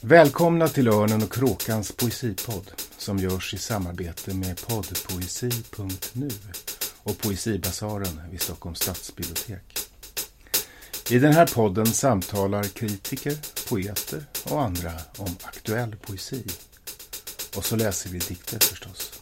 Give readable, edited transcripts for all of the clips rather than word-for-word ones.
Välkomna till Örnen och Kråkans poesipodd som görs i samarbete med poddpoesi.nu och Poesibasaren vid Stockholms stadsbibliotek. I den här podden samtalar kritiker, poeter och andra om aktuell poesi. Och så läser vi dikter förstås.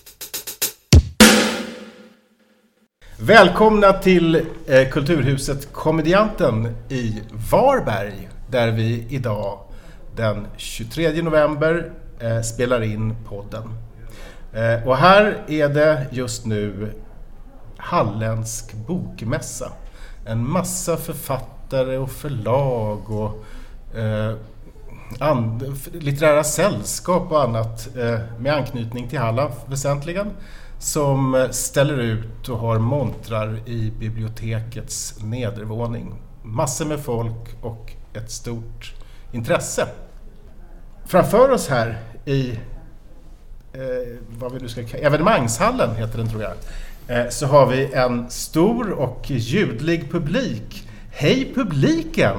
Välkomna till Kulturhuset Komedianten i Varberg, där vi idag den 23 november spelar in podden. Och här är det just nu Halländsk bokmässa. En massa författare och förlag och litterära sällskap och annat med anknytning till Halland väsentligen, som ställer ut och har montrar i bibliotekets nedervåning. Massor med folk och ett stort intresse. Framför oss här i vad vi nu ska kalla evenemangshallen heter den, tror jag, så har vi en stor och ljudlig publik. Hej publiken!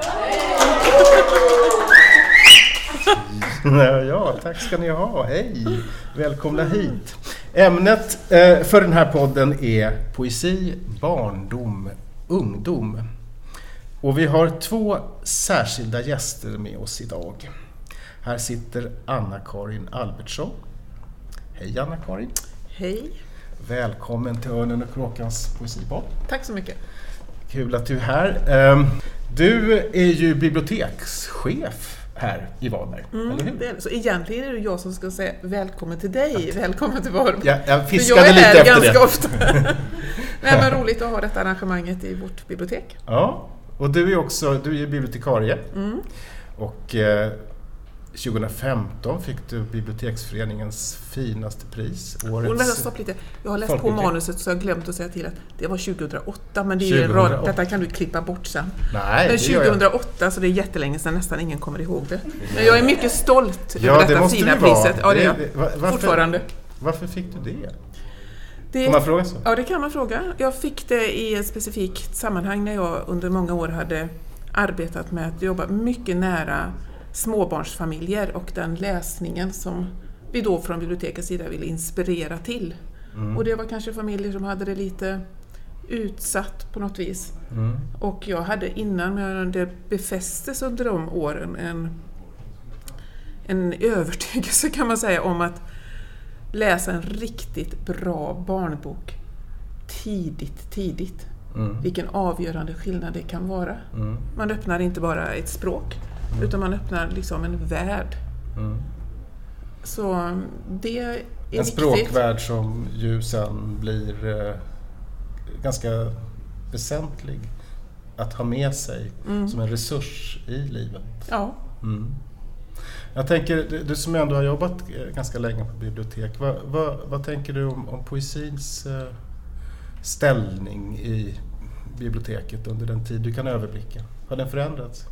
Ja, tack ska ni ha. Hej! Välkomna hit. Ämnet för den här podden är poesi, barndom, ungdom. Och vi har två särskilda gäster med oss idag. Här sitter Anna-Karin Albertsson. Hej Anna-Karin. Hej. Välkommen till Örnen och Kråkans poesipodd. Tack så mycket. Kul att du är här. Du är ju bibliotekschef här i Varberg, eller hur? Det är det. Så egentligen är det jag som ska säga välkommen till dig, välkommen till Varberg. Ja, jag fiskade lite efter ganska det. Ofta. Nej, men roligt att ha detta arrangemanget i vårt bibliotek. Ja, och du är bibliotekarie. Och 2015 fick du Biblioteksföreningens finaste pris. Jag har läst på manuset så jag har glömt att säga till att det var 2008, men det är detta kan du klippa bort sen. Nej, men 2008, så det är jättelänge sedan, nästan ingen kommer ihåg det. Men jag är mycket stolt över detta fina priset. Ja, det är jag. Fortfarande. Varför fick du det? Kan man fråga så? Ja, det kan man fråga. Jag fick det i ett specifikt sammanhang när jag under många år hade arbetat med att jobba mycket nära småbarnsfamiljer och den läsningen som vi då från bibliotekets sida ville inspirera till. Och det var kanske familjer som hade det lite utsatt på något vis. Och jag hade innan det befästes under de åren en övertygelse, kan man säga, om att läsa en riktigt bra barnbok tidigt. Vilken avgörande skillnad det kan vara. Man öppnar inte bara ett språk, utan man öppnar liksom en värld. Så det är en viktigt. Språkvärld som ju sen blir ganska väsentlig att ha med sig som en resurs i livet. Ja. Jag tänker, du som ändå har jobbat ganska länge på bibliotek, vad tänker du om poesins ställning i biblioteket under den tid du kan överblicka? Har den förändrats?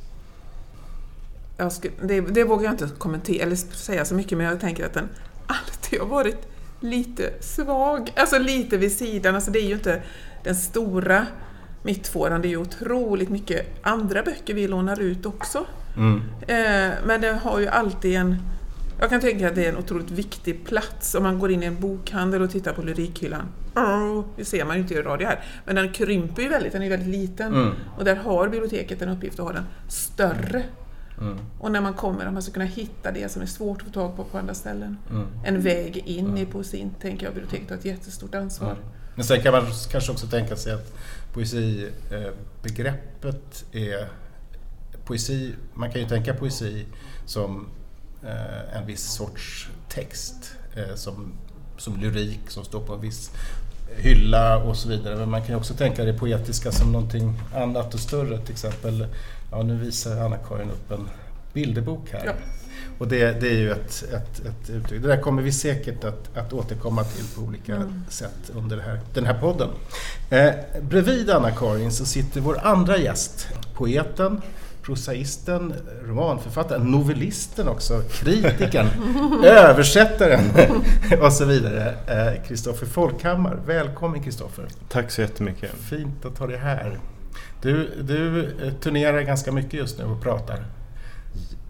Det vågar jag inte kommentera eller säga så mycket, men jag tänker att den alltid har varit lite svag, alltså lite vid sidan. Alltså det är ju inte den stora mittfåran, det är ju otroligt mycket andra böcker vi lånar ut också. Men det har ju alltid jag kan tänka att det är en otroligt viktig plats om man går in i en bokhandel och tittar på lyrikhyllan. Det ser man ju inte i radio här, men den krymper ju väldigt, den är väldigt liten. Och där har biblioteket en uppgift att ha den större. Och när man kommer, att man ska kunna hitta det som är svårt att få tag på andra ställen. En väg in i poesin, tänker jag, biblioteket har ett jättestort ansvar. Men sen kan man kanske också tänka sig att poesibegreppet är poesi, man kan ju tänka poesi som en viss sorts text, som lyrik som står på en viss hylla och så vidare. Men man kan ju också tänka det poetiska som någonting annat och större. Till exempel, nu visar Anna-Karin upp en bilderbok här. Ja. Och det är ju ett uttryck. Det där kommer vi säkert att återkomma till på olika sätt under den här podden. Bredvid Anna-Karin så sitter vår andra gäst, poeten, prosaisten, romanförfattaren, novellisten också, kritikern, översättaren och så vidare. Kristoffer Folkhammar. Välkommen Kristoffer. Tack så jättemycket. Fint att ha dig här. Du turnerar ganska mycket just nu och pratar.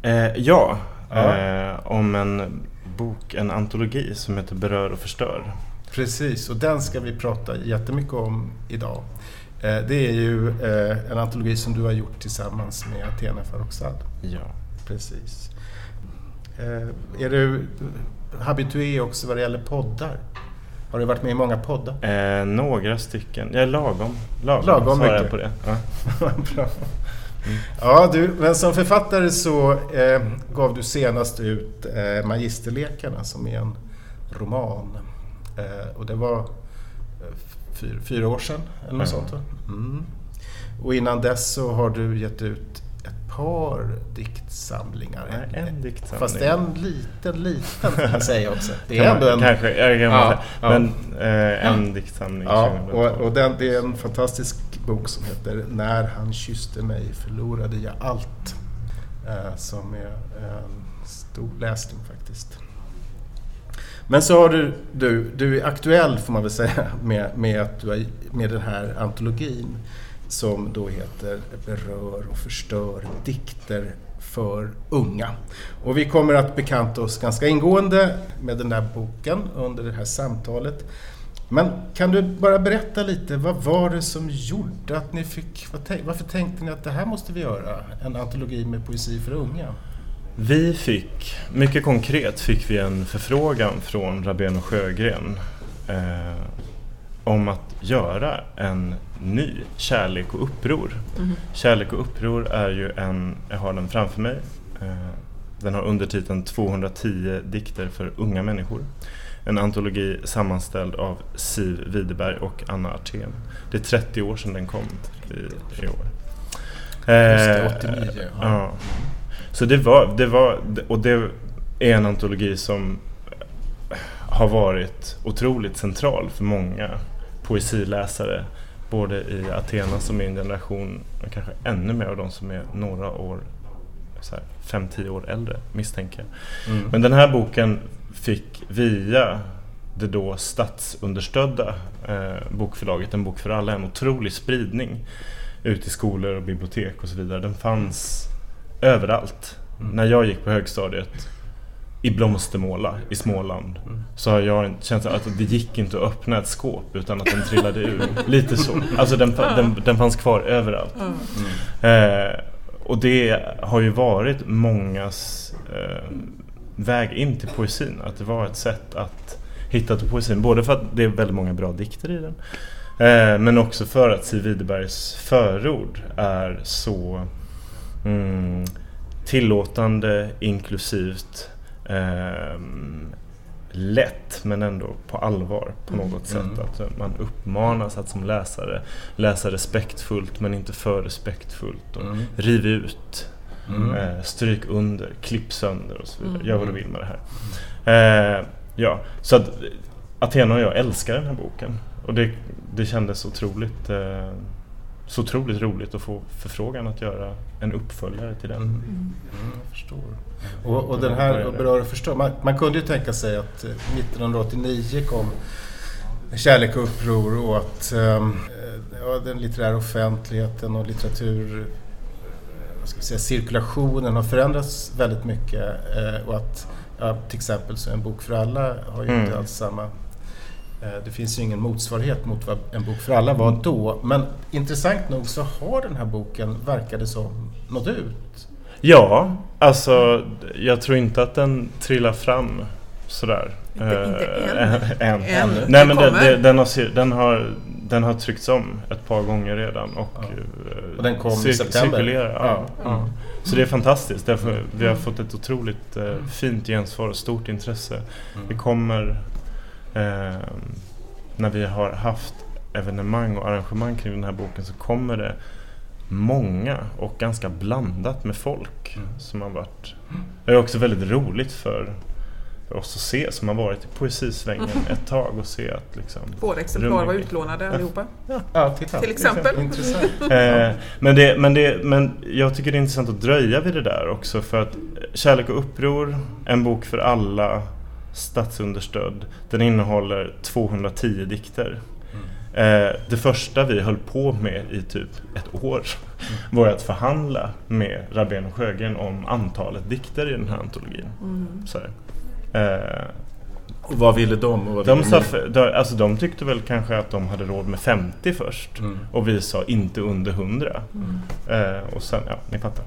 Om en bok, en antologi som heter Berör och förstör. Precis, och den ska vi prata jättemycket om idag. Det är ju en antologi som du har gjort tillsammans med Athena Farrokhzad. Ja. Precis. Är du habitué också vad det gäller poddar? Har du varit med i många poddar? Några stycken. Jag är lagom svarar jag på det. Ja. Bra. Ja, men som författare så gav du senast ut Magisterlekarna som är en roman. Och det var 4 år sedan eller något sånt. Och innan dess så har du gett ut ett par diktsamlingar. Nej, en diktsamling. Fast en liten kan jag säga också. Det är ändå en... Kanske, men en diktsamling. Ja, och det är en fantastisk bok som heter När han kysste mig förlorade jag allt. Som är en stor läsning faktiskt. Men så har du är aktuell får man väl säga med att du är med den här antologin som då heter Berör och förstör, dikter för unga. Och vi kommer att bekanta oss ganska ingående med den här boken under det här samtalet. Men kan du bara berätta lite, vad var det som gjorde att ni fick, varför tänkte ni att det här måste vi göra, en antologi med poesi för unga? Mycket konkret fick vi en förfrågan från Rabén och Sjögren om att göra en ny Kärlek och uppror. Kärlek och uppror är ju jag har den framför mig. Den har undertiteln 210 dikter för unga människor. En antologi sammanställd av Siv Widerberg och Anna Artén. Det är 30 år sedan den kom i år. Just 89. Ja. Så det var och det är en antologi som har varit otroligt central för många poesiläsare, både i Athena som är en generation, och kanske ännu mer av de som är några år, 5-10 år äldre misstänker jag. Men den här boken fick via det då statsunderstödda bokförlaget En bok för alla en otrolig spridning ut i skolor och bibliotek och så vidare. Den fanns överallt. När jag gick på högstadiet i Blomstermåla i Småland så har jag känt att det gick inte att öppna ett skåp utan att den trillade ur. Lite så. Alltså den fanns kvar överallt. Och det har ju varit mångas väg in till poesin. Att det var ett sätt att hitta till poesin. Både för att det är väldigt många bra dikter i den. Men också för att Siv Widerbergs förord är så tillåtande, inklusivt, lätt men ändå på allvar på något sätt. Att man uppmanas att som läsare läsa respektfullt men inte för respektfullt. Och riv ut, stryk under, klipp sönder och så vidare. Gör vad du vill med det här. Ja, så att Athena och jag älskar den här boken. Och det kändes så otroligt roligt att få förfrågan att göra en uppföljare till den. Jag förstår. Och den här Berör och förstör. Man kunde ju tänka sig att 1989 kom Kärlek och uppror och att den litterära offentligheten och litteratur, cirkulationen har förändrats väldigt mycket och att till exempel så En bok för alla har ju inte alls samma. Det finns ju ingen motsvarighet mot vad En bok för alla var då. Men intressant nog så har den här boken, verkade som, nått ut. Ja, alltså jag tror inte att den trillar fram sådär. Inte än. Nej, men den har tryckts om ett par gånger redan och den kom i september. Cirkulerar. Så det är fantastiskt. Därför vi har fått ett otroligt fint gensvar och stort intresse. Det kommer när vi har haft evenemang och arrangemang kring den här boken så kommer det många och ganska blandat med folk som har varit. Det är också väldigt roligt för oss att se som har varit i poesisvängen ett tag och se att liksom våra exemplar var utlånade allihopa. Till exempel. Intressant. Men jag tycker det är intressant att dröja vid det där också, för att Kärlek och uppror, En bok för alla, statsunderstödd, den innehåller 210 dikter. Det första vi höll på med i typ ett år var att förhandla med Rabén och Sjögren om antalet dikter i den här antologin. Så här. Och vad ville de? Och vad ville de tyckte väl kanske att de hade råd med 50 först. Och vi sa inte under 100. Och sen, ja, ni fattar.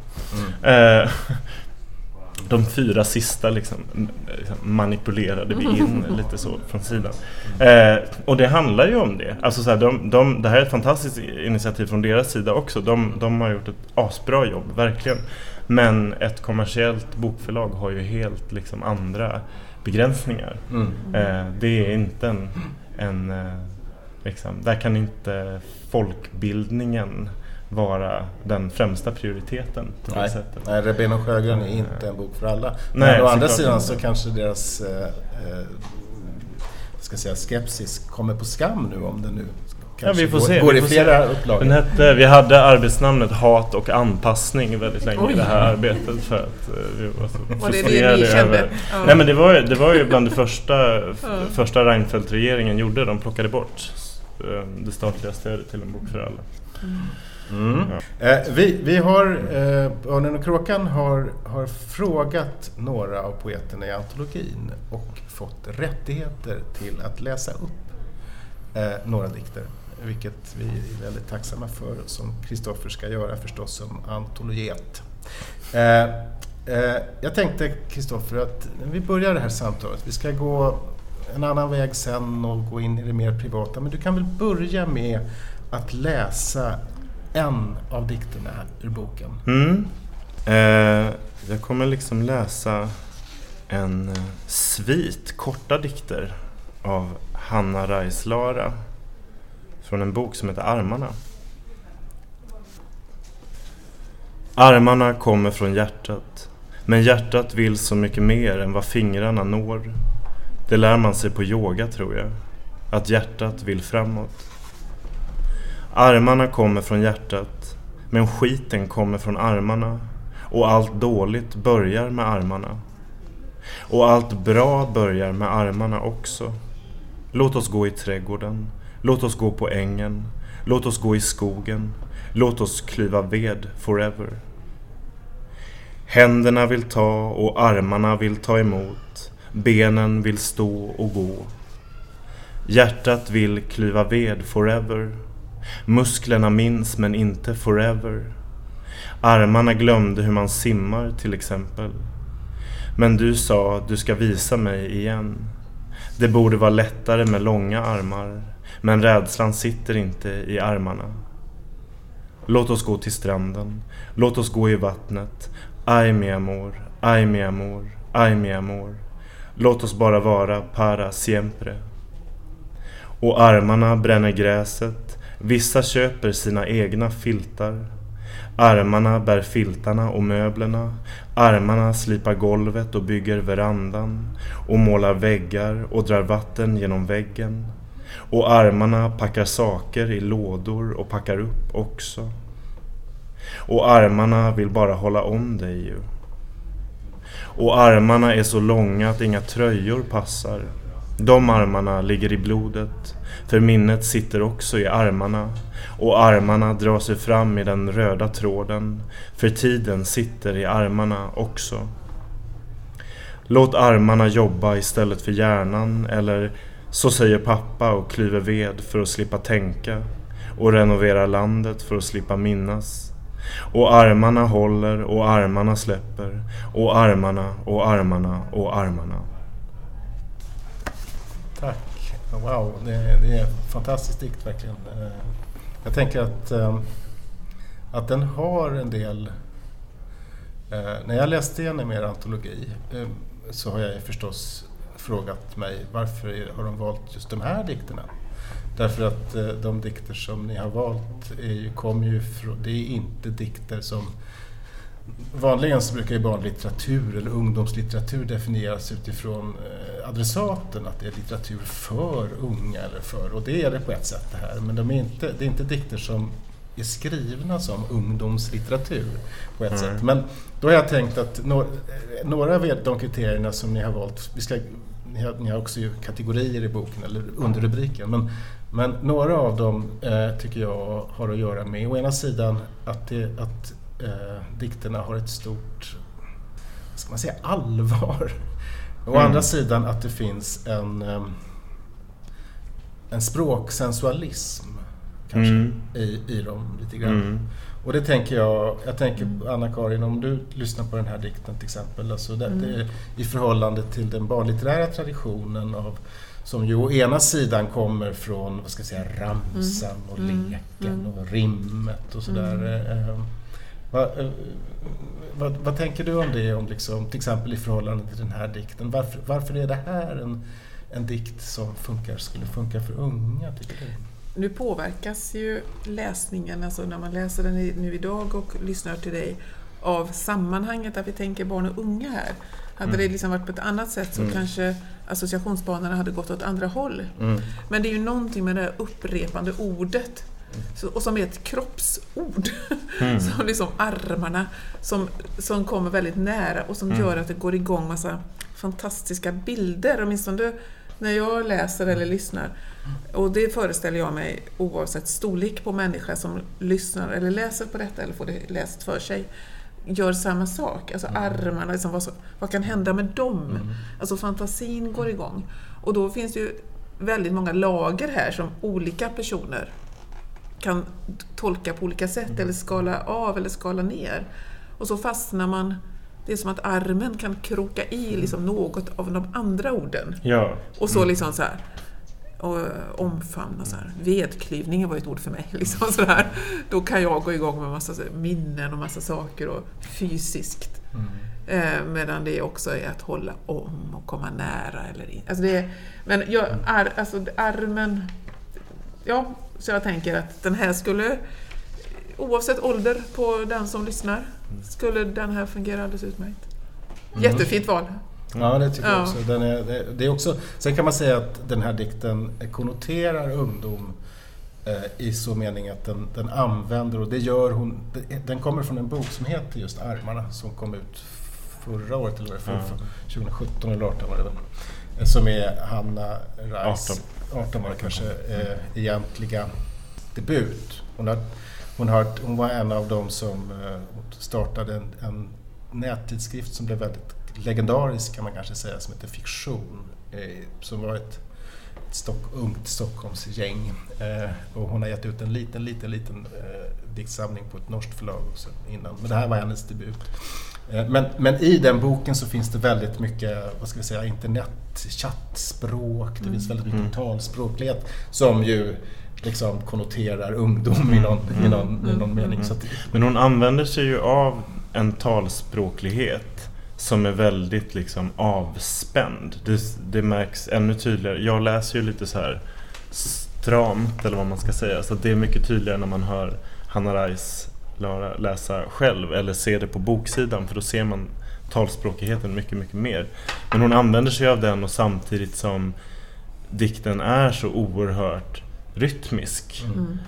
De 4 sista liksom manipulerade vi in lite så från sidan. Och det handlar ju om det. Alltså så här, det här är ett fantastiskt initiativ från deras sida också. De har gjort ett asbra jobb, verkligen. Men ett kommersiellt bokförlag har ju helt liksom andra begränsningar. Det är inte en liksom, där kan inte folkbildningen vara den främsta prioriteten på det sättet. Nej, Rabén och Sjögren är inte en bok för alla. Nej, men å andra sidan så kanske deras skepsis kommer på skam nu, om det nu vi får se. Går i flera upplagor. Vi hade arbetsnamnet Hat och anpassning väldigt länge i det här arbetet, för att vi var så frustrerade över. Nej, men det var ju bland det första Reinfeldt-regeringen gjorde. De plockade bort det statliga stödet till en bok för alla. Vi har Örnen och Kråkan har frågat några av poeterna i antologin och fått rättigheter till att läsa upp några dikter, vilket vi är väldigt tacksamma för, som Kristoffer ska göra förstås som antologet. Jag tänkte, Kristoffer, att vi börjar det här samtalet. Vi ska gå en annan väg sen och gå in i det mer privata, men du kan väl börja med att läsa en av dikterna ur boken. Jag kommer liksom läsa en svit korta dikter av Hanna Raislara från en bok som heter Armarna. Armarna kommer från hjärtat, men hjärtat vill så mycket mer än vad fingrarna når. Det lär man sig på yoga, tror jag, att hjärtat vill framåt. Armarna kommer från hjärtat, men skiten kommer från armarna, och allt dåligt börjar med armarna. Och allt bra börjar med armarna också. Låt oss gå i trädgården, låt oss gå på ängen, låt oss gå i skogen, låt oss klyva ved forever. Händerna vill ta och armarna vill ta emot, benen vill stå och gå. Hjärtat vill klyva ved forever. Musklerna minns men inte forever. Armarna glömde hur man simmar till exempel. Men du sa du ska visa mig igen. Det borde vara lättare med långa armar, men rädslan sitter inte i armarna. Låt oss gå till stranden, låt oss gå i vattnet. Ay mi amor, ay mi amor, ay mi amor. Låt oss bara vara para siempre. Och armarna bränner gräset. Vissa köper sina egna filtar. Armarna bär filtarna och möblerna. Armarna slipar golvet och bygger verandan. Och målar väggar och drar vatten genom väggen. Och armarna packar saker i lådor och packar upp också. Och armarna vill bara hålla om dig ju. Och armarna är så långa att inga tröjor passar. De armarna ligger i blodet, för minnet sitter också i armarna, och armarna drar sig fram i den röda tråden, för tiden sitter i armarna också. Låt armarna jobba istället för hjärnan, eller så säger pappa och klyver ved för att slippa tänka, och renoverar landet för att slippa minnas. Och armarna håller och armarna släpper, och armarna och armarna och armarna. Tack. Wow, det är fantastiskt dikt verkligen. Jag tänker att den har en del... När jag läste igenom er antologi så har jag förstås frågat mig varför har de valt just de här dikterna. Därför att de dikter som ni har valt det är inte dikter som... Vanligen så brukar ju barnlitteratur eller ungdomslitteratur definieras utifrån adressaten, att det är litteratur för unga eller för, och det är det på ett sätt det här, men det är inte dikter som är skrivna som ungdomslitteratur på ett sätt. Men då har jag tänkt att några av de kriterierna som ni har valt, ni har också ju kategorier i boken eller underrubriken, men Men några av dem tycker jag har att göra med å ena sidan att dikterna har ett stort, ska man säga, allvar. Å andra sidan att det finns en språksensualism kanske i dem lite grann. Och det tänker jag tänker Anna-Karin, om du lyssnar på den här dikten till exempel, alltså det i förhållande till den barnlitterära traditionen som ju å ena sidan kommer från, vad ska jag säga, ramsan och leken och rimmet och sådär. Vad tänker du om det, om liksom, till exempel i förhållande till den här dikten? Varför är det här en dikt som skulle funka för unga, tycker du? Nu påverkas ju läsningen, alltså när man läser den nu idag och lyssnar till dig, av sammanhanget att vi tänker barn och unga här. Hade det liksom varit på ett annat sätt så kanske associationsbanorna hade gått åt andra håll. Men det är ju någonting med det här upprepande ordet och som är ett kroppsord. Som liksom armarna som kommer väldigt nära och som gör att det går igång massa fantastiska bilder, åtminstone när jag läser eller lyssnar. Och det föreställer jag mig, oavsett storlek på människa som lyssnar eller läser på detta eller får det läst för sig, gör samma sak. Alltså armarna, liksom, vad kan hända med dem? Alltså fantasin går igång. Och då finns det ju väldigt många lager här som olika personer kan tolka på olika sätt eller skala av eller skala ner. Och så fastnar man. Det är som att armen kan kroka i liksom något av de andra orden. Ja. Och så liksom så här, och omfamna så här. Vedklyvningen var ett ord för mig. Liksom så här. Då kan jag gå igång med massa minnen och massa saker och fysiskt. Medan det också är att hålla om och komma nära. Eller in. Alltså det är, men alltså armen... Ja, så jag tänker att den här skulle... Oavsett ålder på den som lyssnar skulle den här fungera alldeles utmärkt. Jättefint val. Ja, det tycker jag också. Det är också. Sen kan man säga att den här dikten konnoterar ungdom i så mening att den använder, och det gör hon. Den kommer från en bok som heter just Armarna, som kom ut förra året eller 2017 eller 18 var det väl. Som är Hanna Reis 18 var det kanske egentliga debut. Hon var en av dem som startade en nättidskrift som blev väldigt legendarisk, kan man kanske säga, som heter Fiktion, som var ett ungt Stockholmsgäng. Och hon har gett ut en liten diktsamling på ett norskt förlag också innan. Men det här var hennes debut. Men i den boken så finns det väldigt mycket, vad ska vi säga, internetchattspråk. Det finns väldigt mycket talspråklighet som ju liksom konnoterar ungdom i någon mening. Så att, men hon använder sig ju av en talspråklighet som är väldigt liksom avspänd. Det märks ännu tydligare. Jag läser ju lite så här stramt, eller vad man ska säga, så att det är mycket tydligare när man hör Hanna Reis läsa själv eller ser det på boksidan, för då ser man talspråkigheten mycket, mycket mer. Men hon använder sig av den, och samtidigt som dikten är så oerhört rytmisk.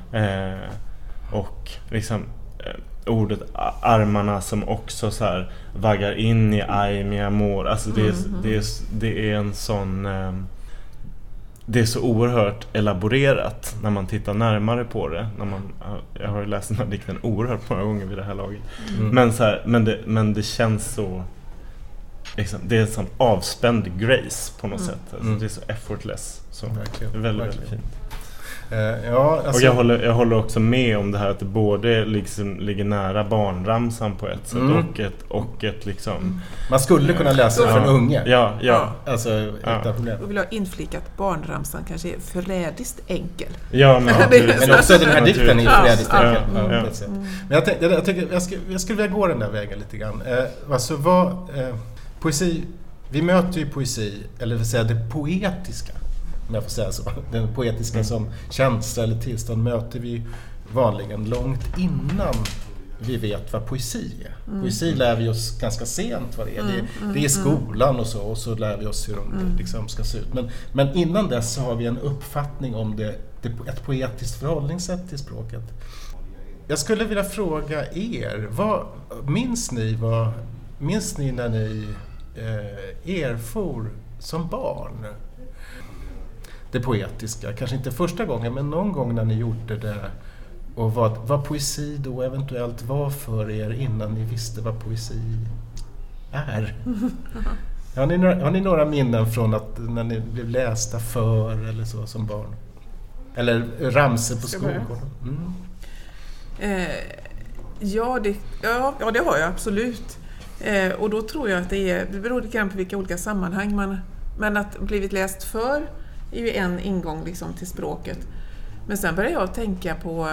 Och liksom ordet armarna som också så här vaggar in i ay mi amor. Alltså det är en sån det är så oerhört elaborerat när man tittar närmare på det. Jag har ju läst den här dikten oerhört många gånger vid det här laget. Men så här, men det känns så liksom, det är en sån avspänd grace på något sätt. Alltså, det är så effortless. Så verkligen, det är väldigt, väldigt fint. Alltså, och jag håller också med om det här att det både liksom ligger nära barnramsan på ett sätt och ett liksom... Man skulle kunna läsa för en unge. Ja. Alltså, utan problem. Jag vill ha inflikat att barnramsan kanske är förrädiskt enkel. Ja, men också den här dikten är förrädiskt enkel. Men jag skulle vilja gå den där vägen lite grann. Alltså poesi, vi möter ju poesi, eller vill säga det poetiska, om jag får säga så. Den poetiska som känsla eller tillstånd möter vi vanligen långt innan vi vet vad poesi är. Poesi lär vi oss ganska sent vad det är. Det är i skolan och så lär vi oss hur de liksom ska se ut. Men innan dess så har vi en uppfattning om ett poetiskt förhållningssätt till språket. Jag skulle vilja fråga er, minns ni när ni erfor som barn? det poetiska. Kanske inte första gången, men någon gång när ni gjorde det. Och vad poesi då eventuellt var för er innan ni visste vad poesi är. Har ni några minnen från att när ni blev lästa för eller så som barn? Eller ramser på skolgården? Ja, det har jag absolut. Och då tror jag att det beror lite grann på vilka olika sammanhang men att blivit läst för är ju en ingång liksom till språket. Men sen började jag tänka på,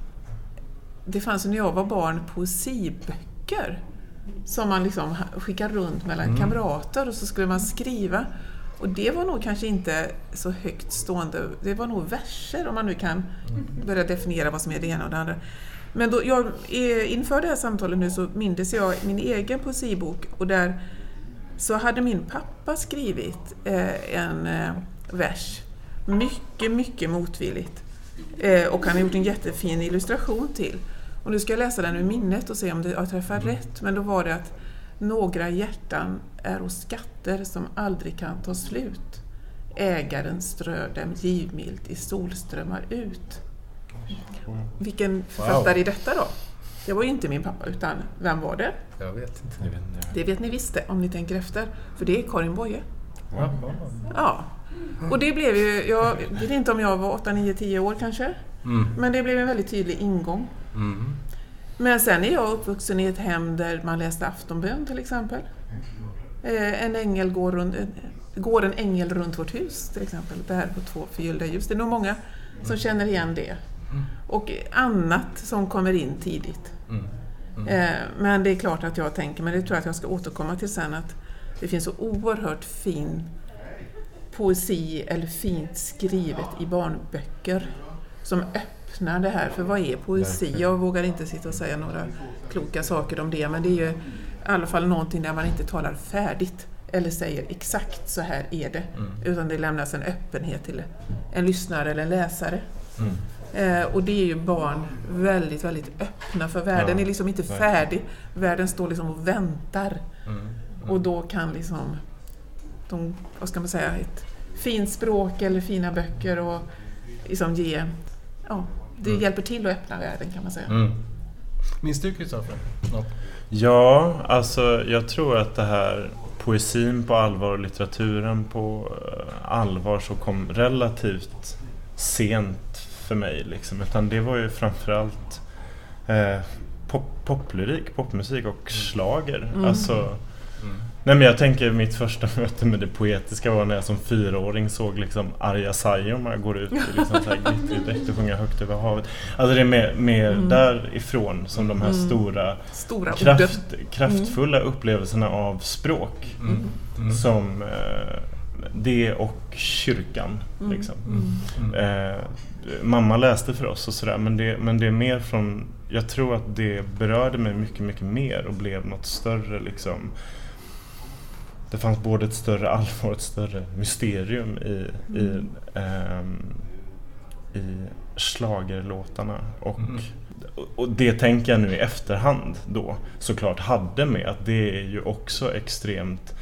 det fanns när jag var barn poesiböcker som man liksom skickar runt mellan kamrater och så skulle man skriva. Och det var nog kanske inte så högt stående, det var nog verser om man nu kan börja definiera vad som är det ena och det andra. Men då, inför det här samtalet nu så mindes jag min egen poesibok och där så hade min pappa skrivit en vers, mycket, mycket motvilligt. Och han har gjort en jättefin illustration till. Och nu ska jag läsa den ur minnet och se om jag träffar rätt. Men då var det att några hjärtan är och skatter som aldrig kan ta slut. Ägaren strör dem givmilt i solströmmar ut. Vilken författare är detta då? Det var ju inte min pappa, utan vem var det? Jag vet inte. Det vet ni visste om ni tänker efter. För det är Karin Boye. Wow. Ja. Och det blev ju, jag vet inte om jag var 8, 9, 10 år kanske. Men det blev en väldigt tydlig ingång. Men sen är jag uppvuxen i ett hem där man läste aftonbön till exempel. En ängel går en ängel runt vårt hus till exempel. Bär på 2 förgyllda ljus. Det är nog många som känner igen det. Och annat som kommer in tidigt. Men det är klart att jag tänker, men det tror jag att jag ska återkomma till sen, att det finns så oerhört fin poesi eller fint skrivet i barnböcker som öppnar det här. För vad är poesi? Jag vågar inte sitta och säga några kloka saker om det, men det är ju i alla fall någonting där man inte talar färdigt eller säger exakt så här är det, utan det lämnas en öppenhet till en lyssnare eller en läsare. Och det är ju barn väldigt, väldigt öppna för. Världen är liksom inte färdig. Världen står liksom och väntar. Och då kan liksom vad ska man säga, ett fint språk eller fina böcker och liksom det hjälper till att öppna världen, kan man säga. Minns du, Kristoffer? Ja, alltså jag tror att det här poesin på allvar och litteraturen på allvar så kom relativt sent för mig liksom, utan det var ju framförallt poplyrik, popmusik och schlager. Alltså nej, men jag tänker mitt första möte med det poetiska var när jag som 4-åring såg liksom Arja Saijonmaa går ut i liksom så här glittrigt dräkt och sjunga högt över havet. Alltså det är mer därifrån som de här stora kraftfulla upplevelserna av språk som det och kyrkan liksom. Mamma läste för oss och sådär, men det är mer från, jag tror att det berörde mig mycket, mycket mer och blev något större liksom. Det fanns både ett större allvar och ett större mysterium i schlagerlåtarna och det tänker jag nu i efterhand då såklart hade med att det är ju också extremt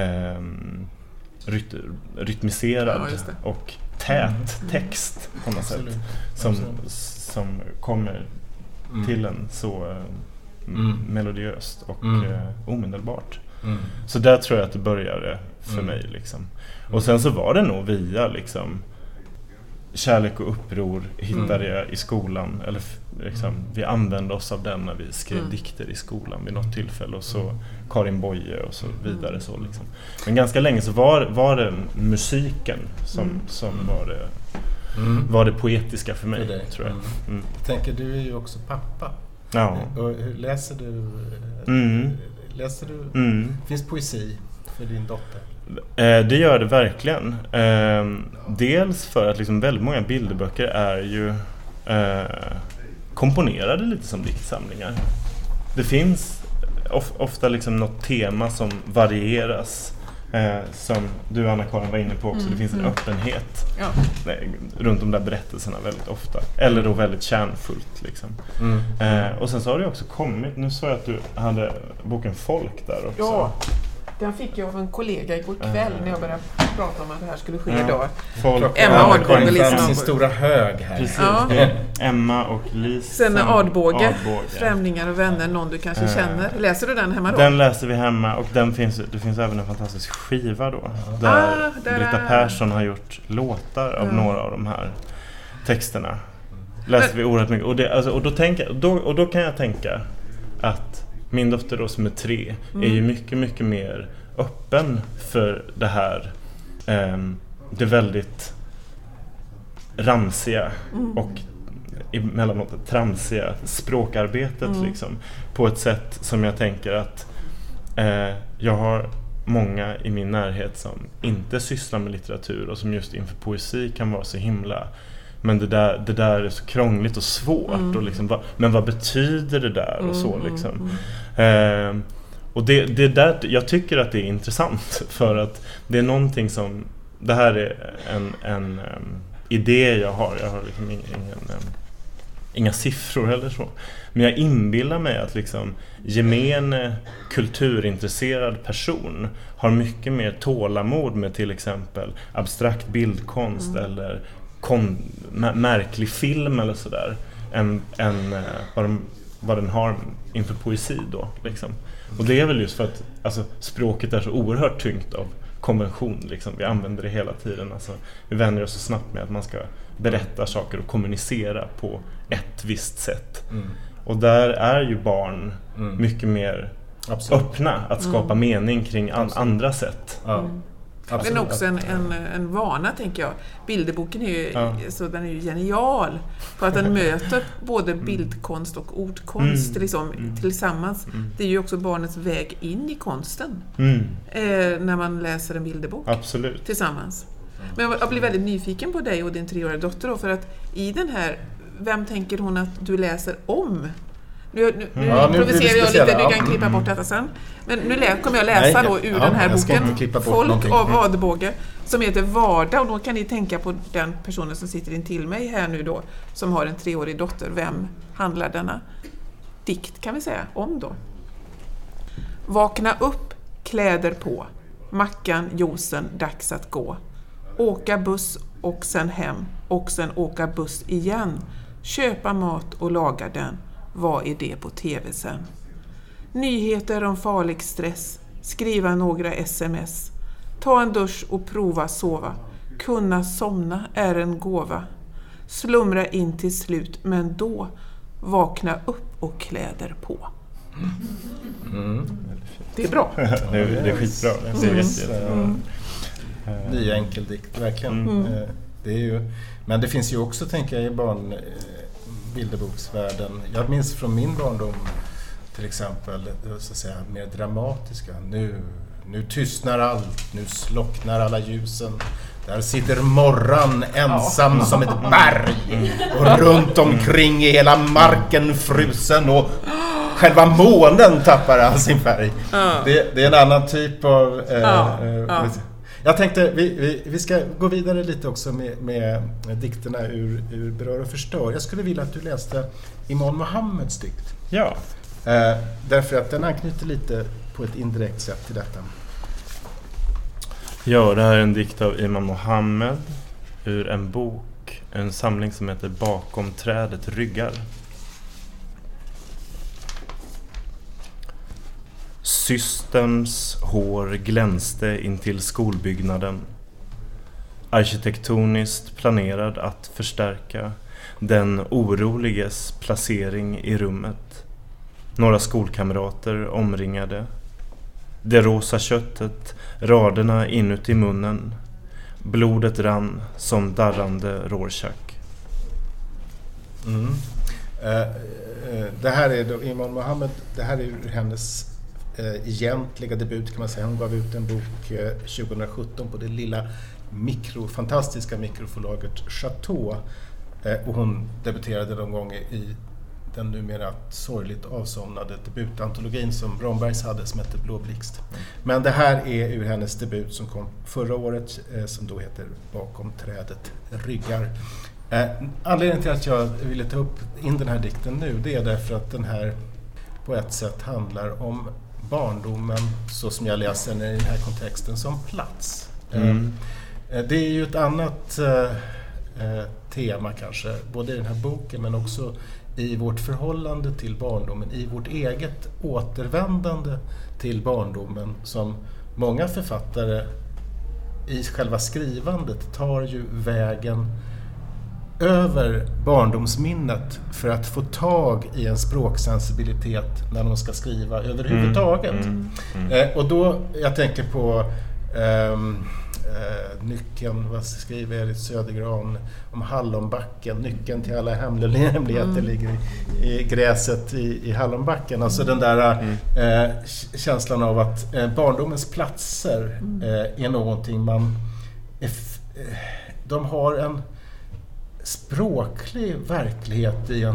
rytmiserad och tät text på något sätt som kommer till en så melodiöst och omedelbart. Så där tror jag att det började för mig liksom. Och sen så var det nog via liksom Kärlek och uppror hittade jag i skolan, eller liksom, vi använde oss av den när vi skrev dikter i skolan vid något tillfälle, och så Karin Boye och så vidare så liksom. Men ganska länge så var det musiken som var det poetiska för mig, tror jag. Jag tänker, du är ju också pappa. Ja. Och hur läser du? Finns poesi för din dotter? Det gör det verkligen. Dels för att liksom väldigt många bilderböcker är ju komponerade lite som diktsamlingar. Det finns ofta liksom något tema som varieras, som du, Anna-Karin, var inne på också. Det finns en öppenhet runt de där berättelserna väldigt ofta. Eller då väldigt kärnfullt liksom. Och sen så har det också kommit, nu sa jag att du hade boken Folk där också. Ja, den fick jag av en kollega igår kväll när jag började prata om att det här skulle ske idag. Emma Adbåge, Lis sin stora hög här. Precis, det är Emma och Lis. Sen Adbåge, Främlingar och vänner, någon du kanske känner. Läser du den hemma då? Den läser vi hemma, och det finns även en fantastisk skiva då. Där Britta Persson har gjort låtar av några av de här texterna. Läser vi oerhört mycket. Och då kan jag tänka att min dotter då, som är 3, är ju mycket, mycket mer öppen för det här. Det väldigt ramsiga och emellanåt tramsiga språkarbetet liksom, på ett sätt som jag tänker att jag har många i min närhet som inte sysslar med litteratur och som just inför poesi kan vara så himla, men det där är så krångligt och svårt och liksom, men vad betyder det där och så liksom. Och det där, jag tycker att det är intressant, för att det är någonting som, det här är en idé jag har liksom inga siffror eller så, men jag inbillar mig att liksom gemene kulturintresserad person har mycket mer tålamod med till exempel abstrakt bildkonst eller märklig film eller sådär än vad den har inför poesi då liksom. Och det är väl just för att alltså, språket är så oerhört tyngt av konvention liksom. Vi använder det hela tiden, alltså, vi vänjer oss så snabbt med att man ska berätta saker och kommunicera på ett visst sätt. Och där är ju barn mycket mer öppna att skapa mening kring andra sätt. Det är också en vana, tänker jag. Bilderboken är ju, så den är ju genial på att den möter både bildkonst och ordkonst liksom, tillsammans. Det är ju också barnets väg in i konsten när man läser en bilderbok. Absolut. Tillsammans. Men jag blir väldigt nyfiken på dig och din 3-åriga dotter då, för att i den här, vem tänker hon att du läser om? Nu provocerar jag lite, du kan klippa bort detta sen. Men nu kommer jag läsa då ur den här boken Folk av Adbåge, som heter Vardag, och då kan ni tänka på den personen som sitter intill mig här nu då, som har en 3-årig dotter. Vem handlar denna dikt, kan vi säga, om då? Vakna upp, kläder på, mackan, juicen, dags att gå. Åka buss och sen hem, och sen åka buss igen. Köpa mat och laga den. Vad är det på tv sen? Nyheter om farlig stress. Skriva några sms. Ta en dusch och prova sova. Kunna somna är en gåva. Slumra in till slut, men då vakna upp och kläder på. Det är bra. Det är skitbra. Det är jättebra. Det är enkel dikt, verkligen. Det är ju, men det finns ju också, tänker jag, i bilderboksvärlden. Jag minns från min barndom till exempel, så att säga, mer dramatiska. Nu tystnar allt, nu slocknar alla ljusen. Där sitter morran ensam som ett berg, och runt omkring i hela marken frusen, och själva månen tappar all sin färg. Det är en annan typ av... Jag tänkte vi ska gå vidare lite också med dikterna ur Berör och förstör. Jag skulle vilja att du läste Imam Mohammeds dikt. Ja. Därför att den anknyter lite på ett indirekt sätt till detta. Ja, det här är en dikt av Imam Mohammed ur en bok, en samling som heter Bakom trädet ryggar. Systerns hår glänste intill skolbyggnaden, arkitektoniskt planerad att förstärka den oroliges placering i rummet. Några skolkamrater omringade. Det rosa köttet, raderna inuti munnen. Blodet rann som darrande Rorschach. Det här är då Imam Mohammed, det här är hennes egentliga debut, kan man säga. Hon gav ut en bok 2017 på det lilla fantastiska mikroförlaget Chateau, och hon debuterade någon gång i den numera sorgligt avsomnade debutantologin som Brombergs hade, som heter Blå blixt. Men det här är ur hennes debut som kom förra året, som då heter Bakom trädet ryggar. Anledningen till att jag ville ta upp in den här dikten nu, det är därför att den här på ett sätt handlar om barndomen, så som jag läser den i den här kontexten, som plats. Det är ju ett annat tema kanske, både i den här boken men också i vårt förhållande till barndomen, i vårt eget återvändande till barndomen, som många författare i själva skrivandet tar ju vägen över barndomsminnet för att få tag i en språksensibilitet när de ska skriva överhuvudtaget. Och då, jag tänker på nyckeln, vad skriver Erik Södergran om Hallonbacken, nyckeln till alla hemligheter ligger i gräset i Hallonbacken. Alltså den där känslan av att barndomens platser är någonting man de har en språklig verklighet i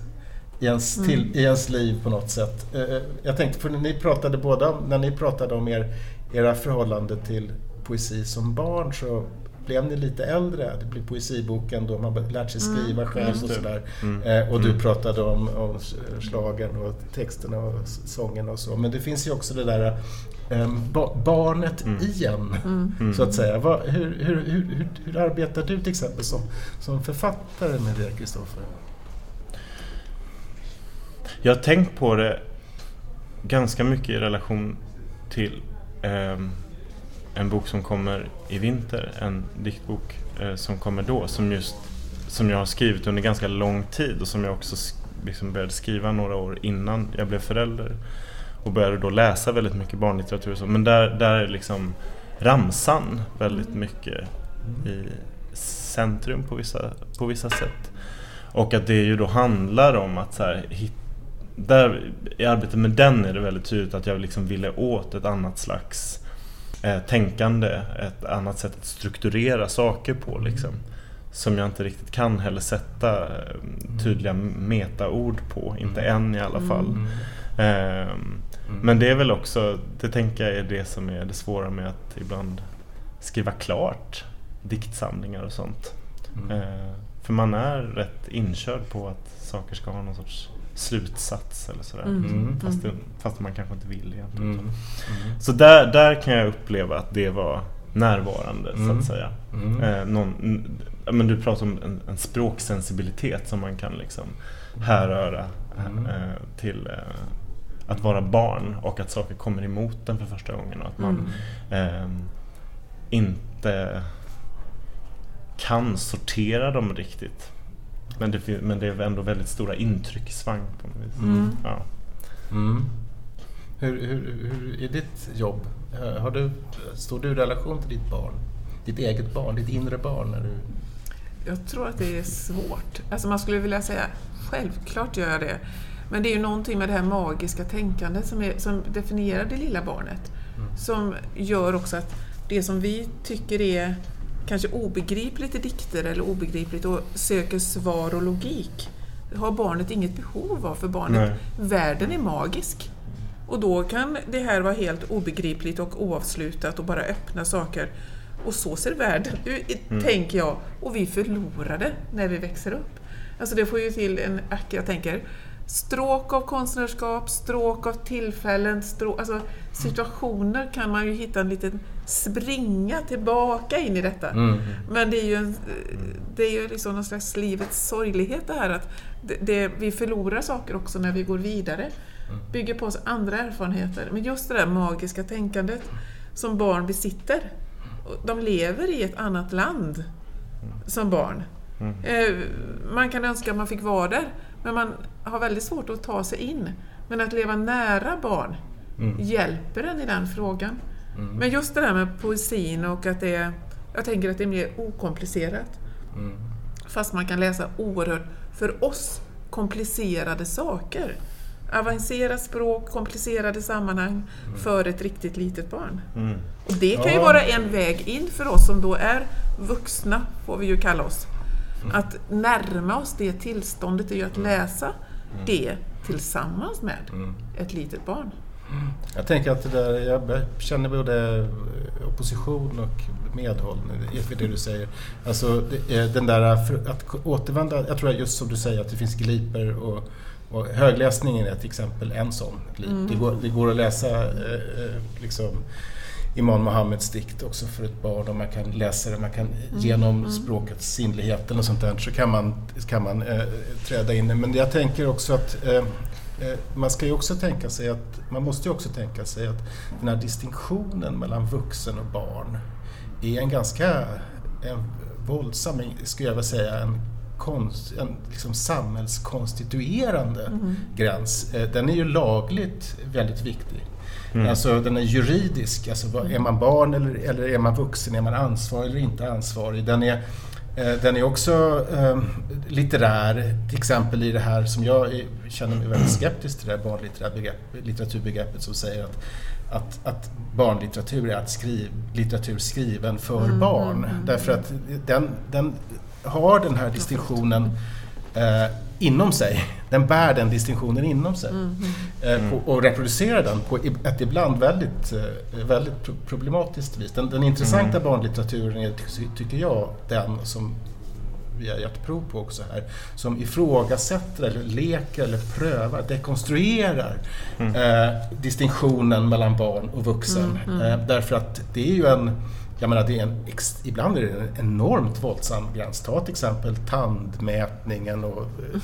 ens liv på något sätt. Jag tänkte, för när ni pratade om era förhållande till poesi som barn, så blev ni lite äldre. Det blir poesiboken då man lärt sig skriva själv och sådär. Och du pratade om schlagern och texterna och sången och så. Men det finns ju också det där barnet igen, så att säga. Hur arbetar du till exempel som författare med det, Kristoffer? Jag har tänkt på det ganska mycket i relation till en bok som kommer i vinter, en diktbok som kommer då, som jag har skrivit under ganska lång tid och som jag också liksom började skriva några år innan jag blev förälder och började då läsa väldigt mycket barnlitteratur och så. Men där är liksom ramsan väldigt mycket i centrum på vissa sätt, och att det ju då handlar om att så här, där i arbetet med den är det väldigt tydligt att jag liksom ville åt ett annat slags tänkande, ett annat sätt att strukturera saker på liksom, som jag inte riktigt kan heller sätta tydliga metaord på, inte än i alla fall. Men det är väl också, det tänker jag är det som är det svåra med att ibland skriva klart diktsamlingar och sånt. För man är rätt inkörd på att saker ska ha någon sorts slutsats eller sådär. Fast man kanske inte vill egentligen. Så där kan jag uppleva att det var närvarande, så att säga. Men du pratar om en språksensibilitet som man kan liksom härröra till att vara barn, och att saker kommer emot den för första gången, och att man inte kan sortera dem riktigt. Men det är ändå väldigt stora intryckssvang på något vis. Ja. Hur är ditt jobb? Står du i relation till ditt barn? Ditt eget barn, ditt inre barn? När du... Jag tror att det är svårt. Alltså man skulle vilja säga, självklart gör jag det. Men det är ju någonting med det här magiska tänkandet som definierar det lilla barnet. Som gör också att det som vi tycker är kanske obegripligt i dikter eller obegripligt och söker svar och logik, har barnet inget behov av, för barnet. Världen är magisk. Och då kan det här vara helt obegripligt och oavslutat och bara öppna saker. Och så ser världen ut, tänker jag. Och vi förlorar det när vi växer upp. Alltså det får ju till jag tänker, stråk av konstnärskap, stråk av tillfällen, alltså situationer kan man ju hitta en liten springa tillbaka in i detta. Men det är ju liksom någon slags livets sorglighet det här, att vi förlorar saker också när vi går vidare. Bygger på oss andra erfarenheter. Men just det där magiska tänkandet som barn besitter. De lever i ett annat land som barn. Man kan önska att man fick vara där, men man har väldigt svårt att ta sig in. Men att leva nära barn hjälper en i den frågan. Men just det där med poesin och att jag tänker att det är mer okomplicerat. Fast man kan läsa oerhört, för oss, komplicerade saker. Avancerat språk, komplicerade sammanhang för ett riktigt litet barn. Och det kan ju vara en väg in för oss som då är vuxna, får vi ju kalla oss. Att närma oss det tillståndet är ju att läsa det tillsammans med ett litet barn. Jag tänker att det där, jag känner både opposition och medhåll för det du säger. Alltså den där att återvända, jag tror just som du säger att det finns gliper och högläsningen är till exempel en sån glip. Det går att läsa liksom Imam Mohammeds dikt också för ett barn, och man kan läsa det, man kan genom språkets sinnlighet eller sånt där, så kan man träda in. Men jag tänker också att man måste ju också tänka sig att den här distinktionen mellan vuxen och barn är en ganska våldsam, skulle jag vilja säga, en liksom samhällskonstituerande gräns. Den är ju lagligt väldigt viktig. Alltså den är juridisk, alltså är man barn eller är man vuxen, är man ansvarig eller inte ansvarig. Den är också litterär, till exempel i det här som jag känner mig väldigt skeptisk till, det här barnlitteraturbegreppet som säger att barnlitteratur är litteratur skriven för barn. Därför att den har den här distinktionen inom sig. Den bär den distinktionen inom sig och reproducerar den på ett ibland väldigt problematiskt vis. Den intressanta barnlitteraturen är, tycker jag, den som vi har gett prov på också här, som ifrågasätter eller leker eller prövar, dekonstruerar distinktionen mellan barn och vuxen. Därför att det är ju ibland är det en enormt våldsam gräns. Ta till exempel tandmätningen och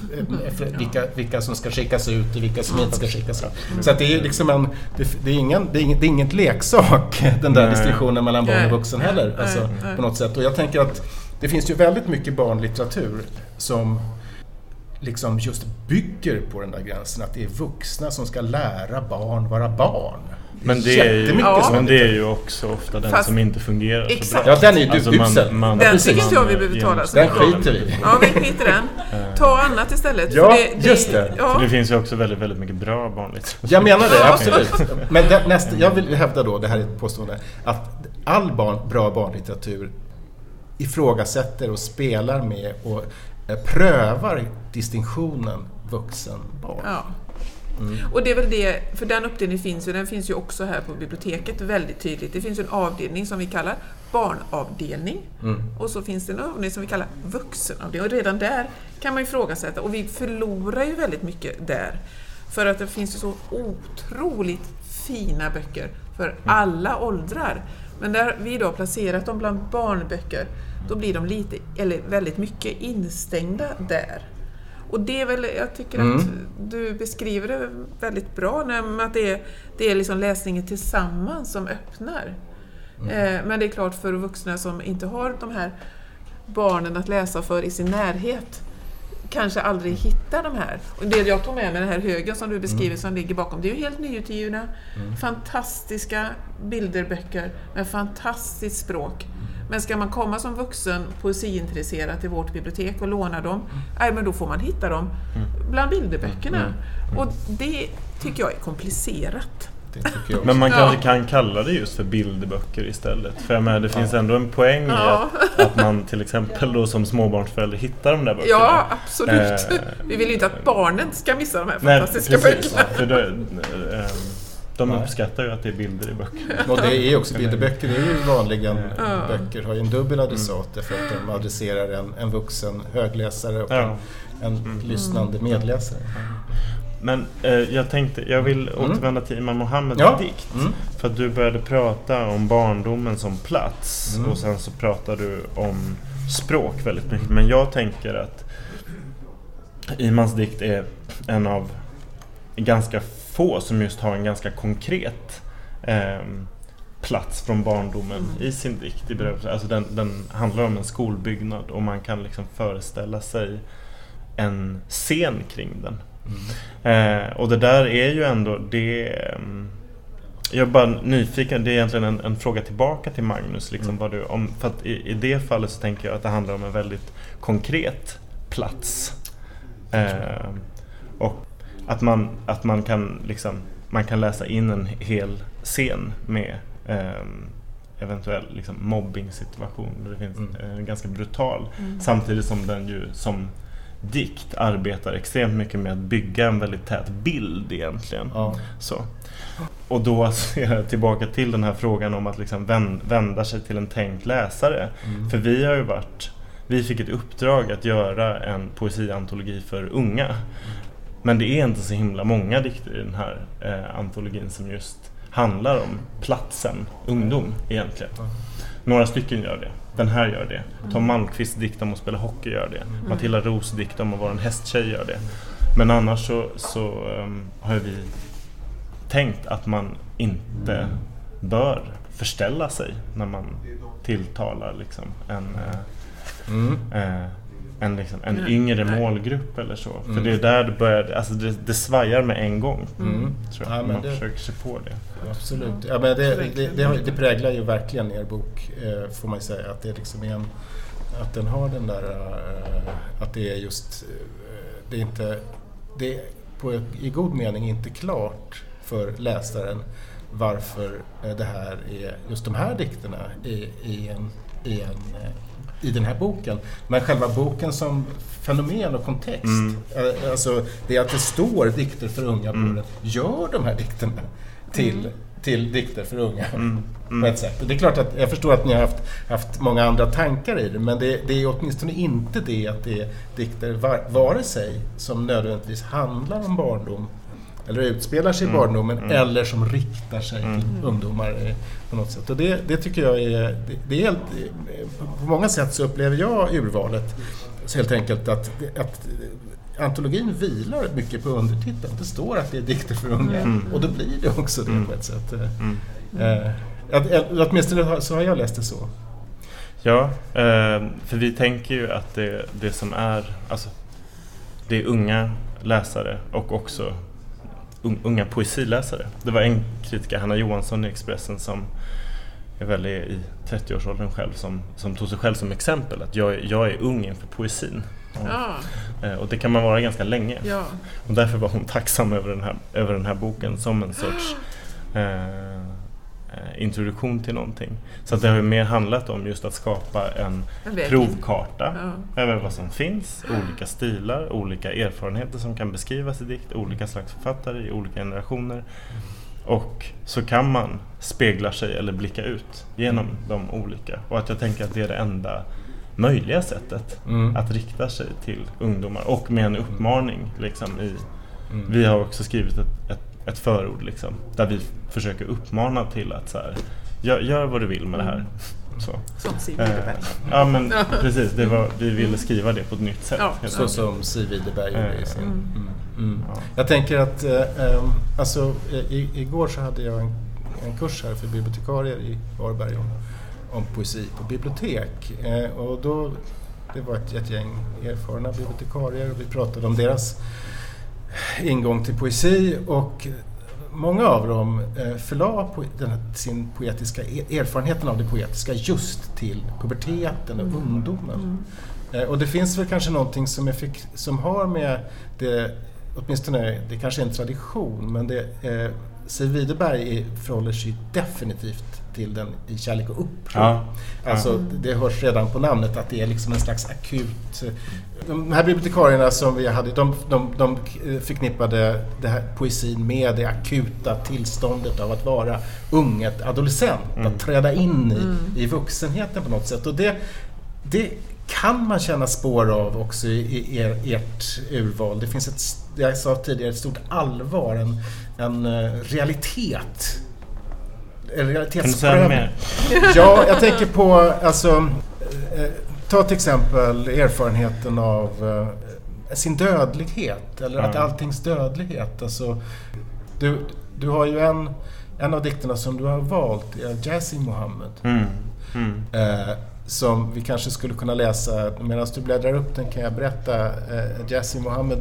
vilka som ska skickas ut och vilka som inte ska skickas ut. Så att det är liksom det är inget leksak, den där distinktionen mellan barn och vuxen heller, alltså, på något sätt. Och jag tänker att det finns ju väldigt mycket barnlitteratur som liksom just bygger på den där gränsen, att det är vuxna som ska lära barn vara barn. Men det är ju också ofta den som inte fungerar så bra. Ja, den är ju usel. Den tycker inte jag vi behöver tala så mycket om. Den skiter vi. Ja, vi skiter den. Ta annat istället. Ja, just det. Ja. För det finns ju också väldigt, väldigt mycket bra barnlitteratur. Jag menar det, absolut. Men jag vill hävda då, det här är ett påstående, att all bra barnlitteratur ifrågasätter och spelar med och prövar distinktionen vuxen-barn. Ja. Och det är väl det, för den uppdelningen finns ju, den finns ju också här på biblioteket väldigt tydligt. Det finns ju en avdelning som vi kallar barnavdelning och så finns det en avdelning som vi kallar vuxenavdelning, och redan där kan man ifrågasätta, och vi förlorar ju väldigt mycket där för att det finns ju så otroligt fina böcker för alla åldrar. Men där vi då placerat dem bland barnböcker, då blir de lite, eller väldigt mycket instängda där. Och det är väl, jag tycker att du beskriver det väldigt bra, att det är liksom läsningen tillsammans som öppnar. Men det är klart, för vuxna som inte har de här barnen att läsa för i sin närhet, kanske aldrig hittar de här. Och det jag tog med den här högen som du beskriver som ligger bakom, det är ju helt nyutgivna, fantastiska bilderböcker med fantastiskt språk. Men ska man komma som vuxen poesiintresserad till vårt bibliotek och låna dem, men då får man hitta dem bland bilderböckerna. Och det tycker jag är komplicerat. Men man kanske kan kalla det just för bilderböcker istället. För jag menar, det finns ändå en poäng i att man till exempel då som småbarnsförälder hittar de där böckerna. Ja, absolut. Vi vill ju inte att barnen ska missa de här fantastiska böckerna. För de uppskattar ju att det är bilder i böcker. Och det är också bilderböcker, det är ju vanligen böcker, har ju en dubbel adressat för att de adresserar en vuxen högläsare och en lyssnande medläsare. Men jag vill återvända till Imam Mohammeds dikt. För att du började prata om barndomen som plats och sen så pratar du om språk väldigt mycket. Men jag tänker att Imams dikt är en av ganska få som just har en ganska konkret plats från barndomen i sin dikt. Alltså den handlar om en skolbyggnad och man kan liksom föreställa sig en scen kring den. Och det där är ju ändå jag är bara nyfiken, det är egentligen en fråga tillbaka till Magnus liksom, för att i det fallet så tänker jag att det handlar om en väldigt konkret plats och att man kan liksom, man kan läsa in en hel scen med eventuell liksom mobbing-situation där det finns ganska brutal, samtidigt som den ju som dikt arbetar extremt mycket med att bygga en väldigt tät bild egentligen. Så. Och då ser jag tillbaka till den här frågan om att liksom vända sig till en tänkt läsare. För vi fick ett uppdrag att göra en poesiantologi för unga. Men det är inte så himla många dikter i den här antologin som just handlar om platsen ungdom egentligen. Några stycken gör det. Den här gör det. Tom Malmqvist dikt om att spela hockey gör det. Matilda Ros dikt om att vara en hästtjej gör det. Men annars så har vi tänkt att man inte bör förställa sig när man tilltalar liksom en yngre målgrupp eller så. För det är där det börjar, alltså det svajar med en gång. Tror jag. Man försöker sig på det. Absolut. Ja, men det präglar ju verkligen er bok, får man säga, att det liksom att den har den där, att det är just, det är inte, det är i god mening inte klart för läsaren varför det här är just de här dikterna i den här boken. Men själva boken som fenomen och kontext, alltså det att det står dikter för unga på den, gör de här dikterna till dikter för unga på ett sätt. Och det är klart att jag förstår att ni har haft många andra tankar i det, men det är åtminstone inte det att det är dikter vare sig som nödvändigtvis handlar om barndom eller utspelar sig i barndomen eller som riktar sig till ungdomar på något sätt. Och det tycker jag det är helt, på många sätt så upplever jag urvalet så helt enkelt att antologin vilar mycket på undertiteln. Det står att det är dikter för unga och då blir det också det på ett sätt. Åtminstone så har jag läst det så. Ja, för vi tänker ju att det som är, alltså det är unga läsare och också unga poesiläsare. Det var en kritiker, Hanna Johansson i Expressen, som är väl i 30-årsåldern själv, som tog sig själv som exempel att jag är ung inför poesin. Och det kan man vara ganska länge. Ja. Och därför var hon tacksam över den här boken som en sorts introduktion till någonting. Så att det har mer handlat om just att skapa en provkarta över vad som finns, olika stilar, olika erfarenheter som kan beskrivas i dikt, olika slags författare i olika generationer. Och så kan man spegla sig eller blicka ut genom de olika. Och att jag tänker att det är det enda möjliga sättet att rikta sig till ungdomar, och med en uppmaning liksom vi har också skrivit ett förord liksom, där vi försöker uppmana till att så här, gör vad du vill med det här. Som Siw Widerberg. Ja, men precis, vi ville skriva det på ett nytt sätt. Så som Siw Widerberg gjorde i sin. Jag tänker att alltså, igår så hade jag en kurs här för bibliotekarier i Varberg om poesi på bibliotek. Och då, det var ett gäng erfarna bibliotekarier och vi pratade om deras ingång till poesi, och många av dem förlade sin poetiska erfarenheten av det poetiska just till puberteten och ungdomen. Och det finns väl kanske någonting som har med det, åtminstone det kanske är en tradition, men Siw Widerberg förhåller sig definitivt till den i Kärlek och uppror. Alltså det hörs redan på namnet att det är liksom en slags akut. De här bibliotekarierna som vi hade, de förknippade det här poesin med det akuta tillståndet av att vara ung, adolescent, att träda in i vuxenheten på något sätt. Och det kan man känna spår av också i ert urval. Det finns jag sa tidigare, ett stort allvar, en realitet. En realitetsprövning. Ja, jag tänker på, alltså, ta till exempel erfarenheten av sin dödlighet, eller att alltings dödlighet. Alltså, du har ju en av dikterna som du har valt, Jazzy Mohammed. Som vi kanske skulle kunna läsa. Medan du bläddrar upp den kan jag berätta. Jazzy Mohammed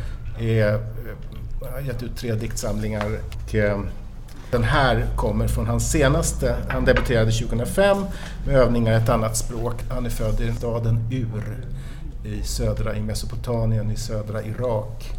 har gett ut 3 diktsamlingar. Den här kommer från hans senaste. Han debuterade 2005 med övningar i ett annat språk. Han är född i staden Ur i Mesopotamien, i södra Irak.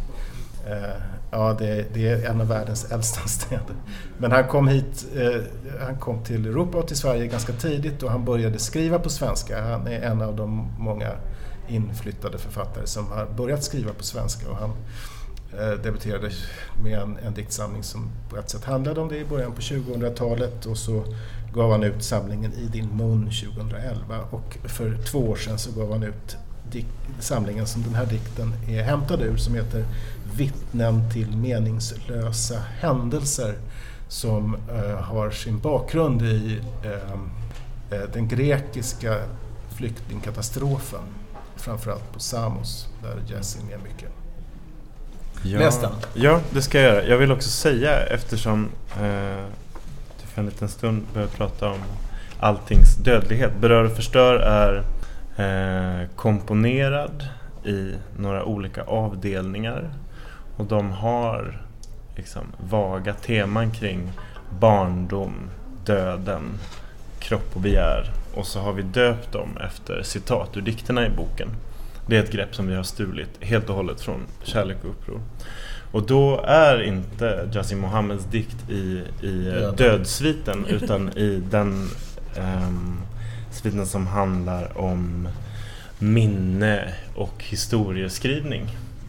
Det är en av världens äldsta städer. Men han kom hit, han kom till Europa och till Sverige ganska tidigt, och han började skriva på svenska. Han är en av de många inflyttade författare som har börjat skriva på svenska, och han debuterade med en diktsamling som på ett sätt handlade om det i början på 2000-talet, och så gav han ut samlingen I din mun 2011, och för 2 år sedan så gav han ut samlingen som den här dikten är hämtad ur, som heter Vittnen till meningslösa händelser, som har sin bakgrund i den grekiska flyktingkatastrofen, framförallt på Samos, där jazz är med mycket. Ja, Läs den. Ja, det ska jag göra. Jag vill också säga, eftersom du för en liten stund började prata om alltings dödlighet. Berör och förstör är komponerad i några olika avdelningar, och de har liksom vaga teman kring barndom, döden, kropp och begär, och så har vi döpt dem efter citat ur dikterna i boken. Det är ett grepp som vi har stulit helt och hållet från Kärlek och uppror. Och då är inte Yazzie Mohammeds dikt i dödsviten, utan i den sviten som handlar om minne och historieskrivning,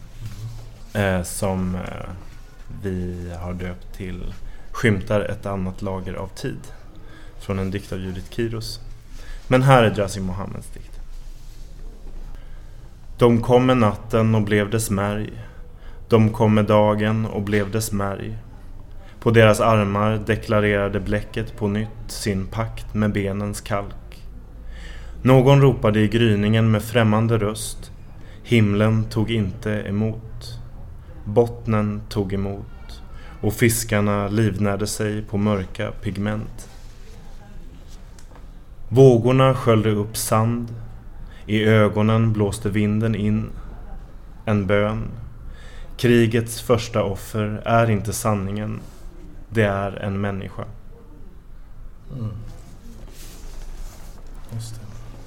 som vi har döpt till Skymtar ett annat lager av tid, från en dikt av Judith Kiros. Men här är Yazzie Mohammeds dikt. De kom med natten och blev dess märg. De kom med dagen och blev dess märg. På deras armar deklarerade bläcket på nytt sin pakt med benens kalk. Någon ropade i gryningen med främmande röst. Himlen tog inte emot. Bottnen tog emot. Och fiskarna livnärde sig på mörka pigment. Vågorna sköljde upp sand. I ögonen blåste vinden in. En bön. Krigets första offer är inte sanningen. Det är en människa. Mm. Just det.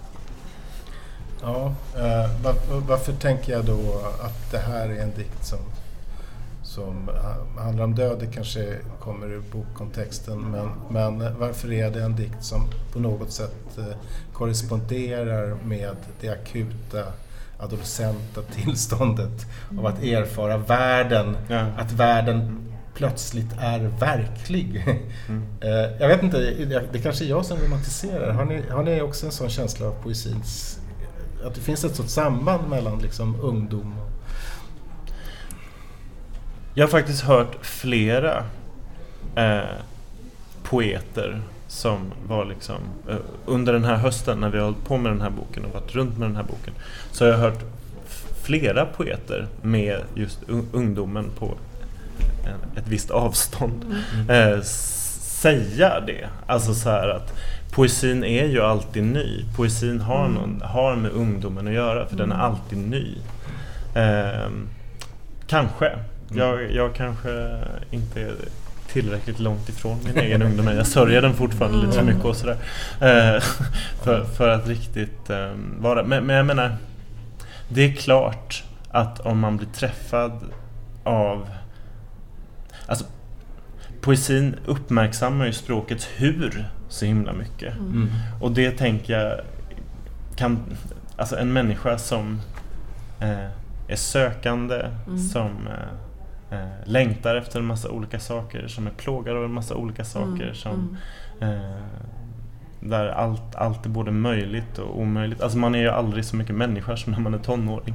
Ja, varför tänker jag då att det här är en dikt som handlar om död? Det kanske kommer ur bokkontexten, men varför är det en dikt som på något sätt korresponderar med det akuta adolescenta tillståndet av att erfara världen, att världen plötsligt är verklig. Jag vet inte, det kanske är jag som romantiserar. Har ni också en sån känsla av poesins, att det finns ett sådant samband mellan liksom ungdom och... Jag har faktiskt hört flera poeter som var liksom under den här hösten när vi har hållit på med den här boken och varit runt med den här boken, så har jag hört flera poeter med just ungdomen på ett visst avstånd säga det. Alltså så här att poesin är ju alltid ny. Poesin har med ungdomen att göra, för den är alltid ny. Kanske. Jag kanske inte är tillräckligt långt ifrån min egen ungdom. Jag sörjer den fortfarande lite för mycket och sådär. För att riktigt vara. Men jag menar, det är klart att om man blir träffad av... Alltså, poesin uppmärksammar ju språkets hur så himla mycket. Och det tänker jag kan... Alltså en människa som är sökande, som... längtar efter en massa olika saker, som är plågad av en massa olika saker, som där allt är både möjligt och omöjligt. Alltså man är ju aldrig så mycket människa som när man är tonåring.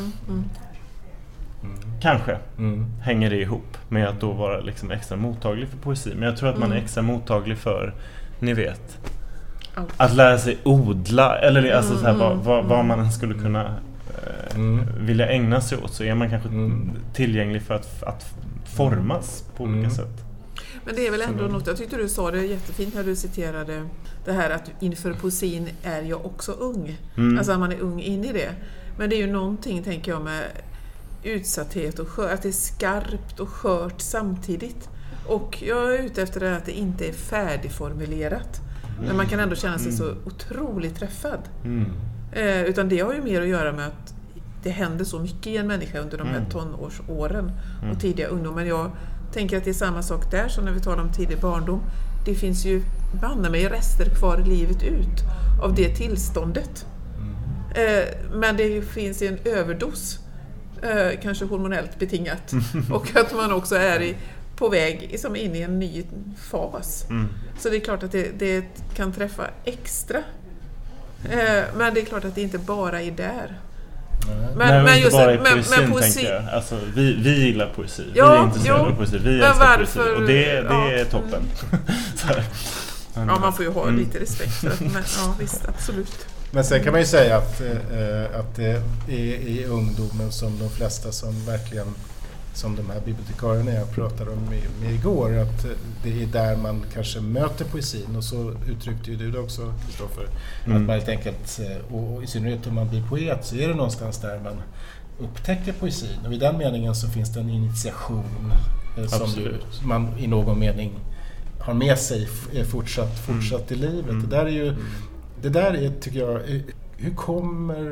Kanske hänger det ihop med att då vara liksom extra mottaglig för poesi. Men jag tror att man är extra mottaglig för, ni vet, att lära sig odla, eller alltså så här, vad man än skulle kunna vilja ägna sig åt, så är man kanske tillgänglig för att formas på olika sätt. Men det är väl ändå något, jag tyckte du sa det jättefint när du citerade det här att inför poesin är jag också ung. Alltså att man är ung in i det. Men det är ju någonting, tänker jag, med utsatthet och att det är skarpt och skört samtidigt. Och jag är ute efter det att det inte är färdigformulerat. Men man kan ändå känna sig så otroligt träffad. Utan det har ju mer att göra med att det händer så mycket i en människa under de här tonårsåren och tidiga ungdom. Men jag tänker att det är samma sak där som när vi talar om tidig barndom. Det finns ju banne mig rester kvar livet ut av det tillståndet. Men det finns en överdos, kanske hormonellt betingat, och att man också är på väg som in i en ny fas. Så det är klart att det kan träffa extra. Men det är klart att det inte bara är där. Men just bara i poesin tänker jag. Alltså, vi gillar poesi. Vi är intresserade av poesi. Vi älskar poesi. Och det är toppen. Ja, man får ju ha lite respekt för det. Men ja, visst, absolut. Men sen kan man ju säga att det är i ungdomen som de flesta som verkligen, som de här bibliotekarierna jag pratade om med igår, att det är där man kanske möter poesin, och så uttryckte ju du det också, Kristoffer, att man helt enkelt, och i synnerhet om man blir poet, så är det någonstans där man upptäcker poesin, och i den meningen så finns det en initiation som man i någon mening har med sig fortsatt i livet. Det där är, tycker jag, hur kommer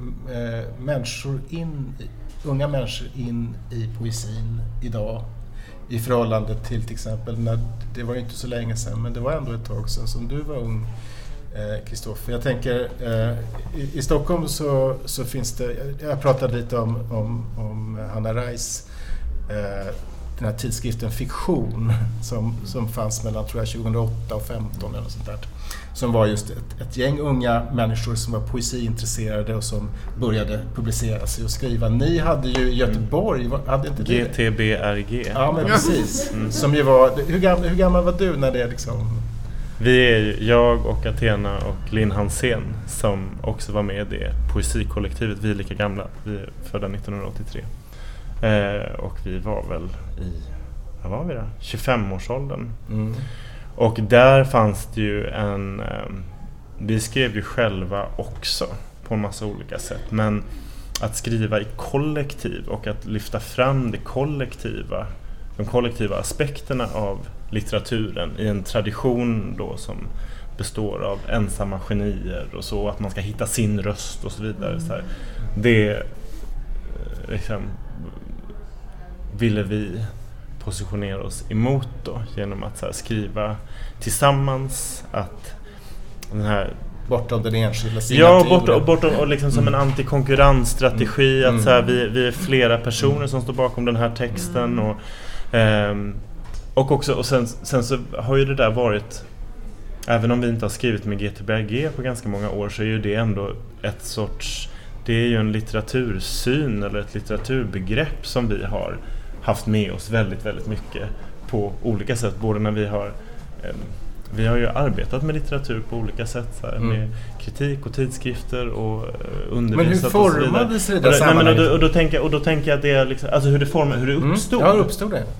unga människor in i poesin idag i förhållande till exempel när det var ju inte så länge sedan, men det var ändå ett tag sedan som du var ung, Kristoffer. Jag tänker i Stockholm så finns det, jag pratade lite om Hanna Reis, den här tidskriften Fiktion som fanns mellan, tror jag, 2008 och 2015 eller något sånt där, som var just ett gäng unga människor som var poesiintresserade och som började publicera sig och skriva. Ni hade ju i Göteborg, hade inte det? GTBRG. Ja, men precis. Som ju var, hur gammal var du när det liksom... Vi är jag och Athena och Linn Hansén som också var med i det poesikollektivet. Vi är lika gamla, vi är födda 1983. Och vi var väl i, vad var vi då? 25-årsåldern. Och där fanns det ju vi skrev ju själva också på en massa olika sätt, men att skriva i kollektiv och att lyfta fram de kollektiva aspekterna av litteraturen i en tradition då som består av ensamma genier och så, att man ska hitta sin röst och så vidare. Så här. Det liksom ville vi positionera oss emot då, genom att så här, skriva tillsammans, att den här bortom den enskilda bortom och liksom som en antikonkurrensstrategi, att så här, vi är flera personer som står bakom den här texten och också, och sen så har ju det där varit, även om vi inte har skrivit med GTBRG på ganska många år, så är ju det ändå ett sorts, det är ju en litteratursyn eller ett litteraturbegrepp som vi har haft med oss väldigt, väldigt mycket på olika sätt, både när vi har ju arbetat med litteratur på olika sätt så här, med kritik och tidskrifter och undervisat. Men hur formades det där sammanhanget? Och då tänker jag att det är liksom, alltså hur det uppstod. Ja, hur uppstod det?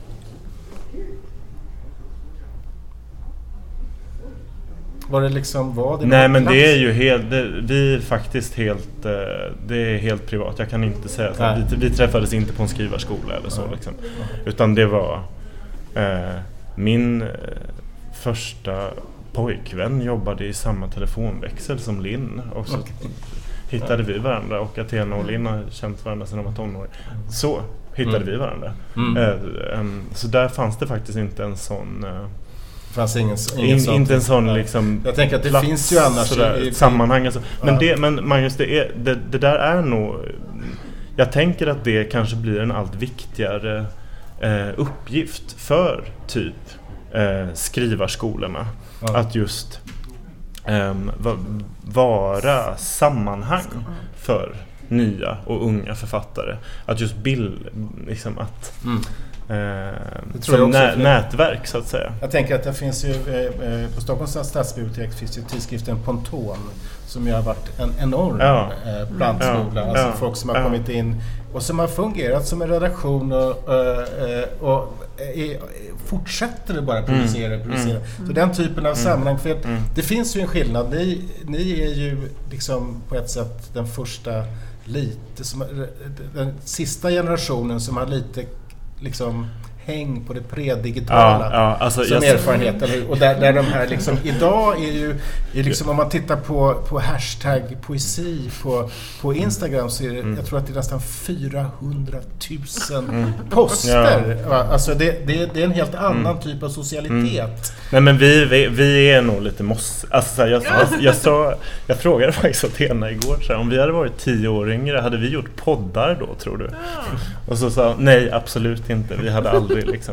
Var det liksom Nej, men det är ju helt, vi är faktiskt helt, det är helt privat. Jag kan inte säga att vi träffades inte på en skrivarskola eller så liksom. Utan det var min första pojkvän jobbade i samma telefonväxel som Linn, och så hittade vi varandra, och Athena och Linn har känt varandra sedan de var tonåringar. Så hittade vi varandra. Så där fanns det faktiskt inte en sån inte en sån liksom, jag tänker att det finns ju annars i sammanhang alltså. Men Magnus, det där är nog, jag tänker att det kanske blir en allt viktigare uppgift för typ skrivarskolorna att just vara sammanhang för nya och unga författare, att just liksom att som nätverk så att säga. Jag tänker att det finns ju på Stockholms stadsbibliotek finns ju tidskriften Ponton som ju har varit en enorm plantskola, alltså folk som har kommit in och som har fungerat som en redaktion och fortsätter bara producera. Så den typen av sammanhang, för det finns ju en skillnad. Ni är ju liksom på ett sätt den första den sista generationen som har lite liksom häng på det predigitala alltså, som erfarenhet, eller? Och där de här liksom, idag är liksom, om man tittar på hashtag poesi på Instagram, så är det, jag tror att det är nästan 400 000 poster. Alltså det är en helt annan typ av socialitet. Nej, men vi är nog lite jag frågade faktiskt Athena igår så här, om vi hade varit 10 år yngre, hade vi gjort poddar då, tror du? Och så sa nej, absolut inte. Vi hade aldrig liksom.